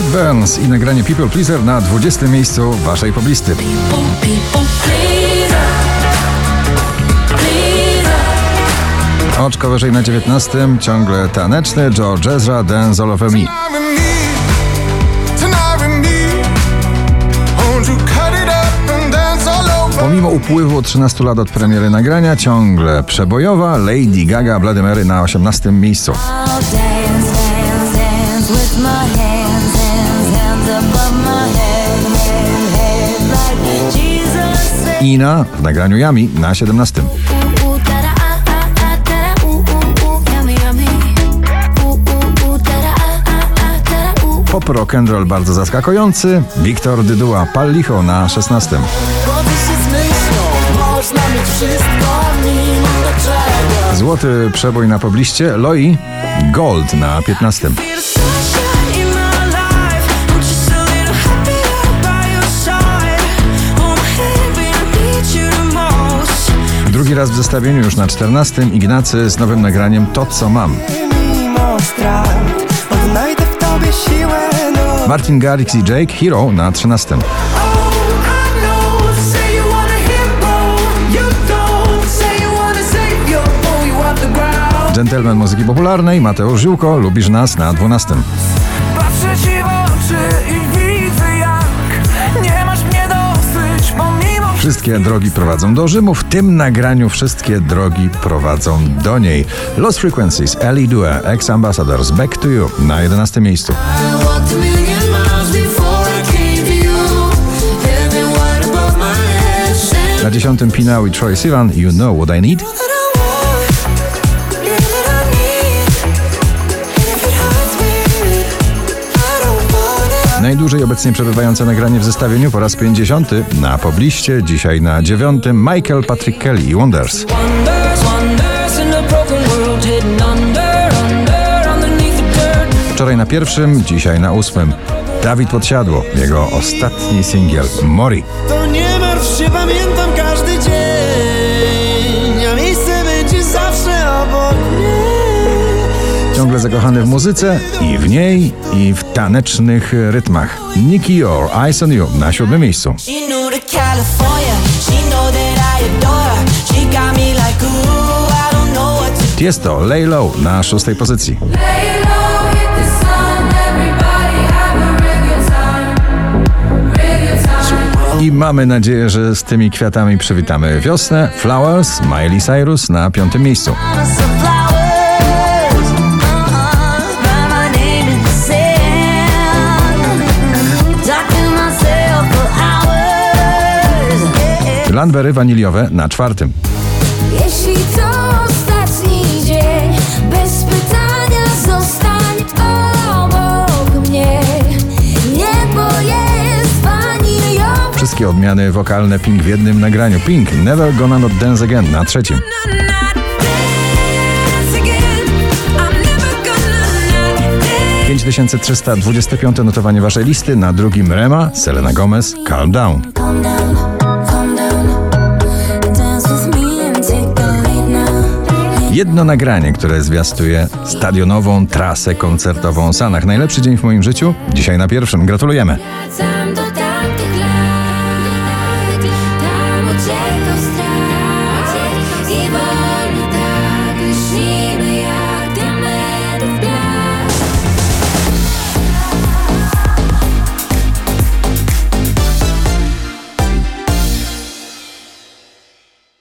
Burns i nagranie People Pleaser na 20. miejscu waszej poblisty. Oczko wyżej na 19. Ciągle taneczny George Ezra, Dance All Over Me. Pomimo upływu 13 lat od premiery nagrania, ciągle przebojowa Lady Gaga, Bloody Mary na 18. miejscu. Ina w nagraniu Yummy na 17. Pop rock'n'roll bardzo zaskakujący Wiktor Dyduła, Pal licho na 16. Złoty przebój na pobliście Loi, Gold na 15. Drugi raz w zestawieniu już na 14. Ignacy z nowym nagraniem To co mam. Martin Garrix i Jake, Hero na 13. Gentleman muzyki popularnej Mateusz Ziółko, Lubisz nas na 12. Patrzę ci w oczy i widzę jak nie masz mnie dosyć pomimo. Wszystkie drogi prowadzą do Rzymu, w tym nagraniu wszystkie drogi prowadzą do niej. Lost Frequencies, Ellie Due, Ex Ambassadors, Back to You na 11. miejscu. Na 10. Pinał i Troye Sivan, You Know What I Need. Najdłużej obecnie przebywające nagranie w zestawieniu po raz 50. Na pobliście, dzisiaj na 9. Michael Patrick Kelly i Wonders. Wczoraj na 1., dzisiaj na 8. Dawid Podsiadło, jego ostatni singiel Mori. To nie martw się, pamiętam każdy dzień, a miejsce będzie zawsze obok mnie. Ciągle zakochany w muzyce i w niej, i w tanecznych rytmach. Nicky Your, Eyes on You na 7. miejscu. Tiesto, Lay Low na 6. pozycji. I mamy nadzieję, że z tymi kwiatami przywitamy wiosnę. Flowers, Miley Cyrus na 5. miejscu. Landberry waniliowe na 4. Jeśli to ostatni dzień, bez pytania zostań obok mnie. Niebo jest waniliowe. Wszystkie odmiany wokalne Pink w jednym nagraniu. Pink, Never Gonna Not Dance Again na 3. 5325 notowanie waszej listy, na 2. Rema, Selena Gomez, Calm Down. Jedno nagranie, które zwiastuje stadionową trasę koncertową Sanach. Najlepszy dzień w moim życiu? Dzisiaj na 1. Gratulujemy.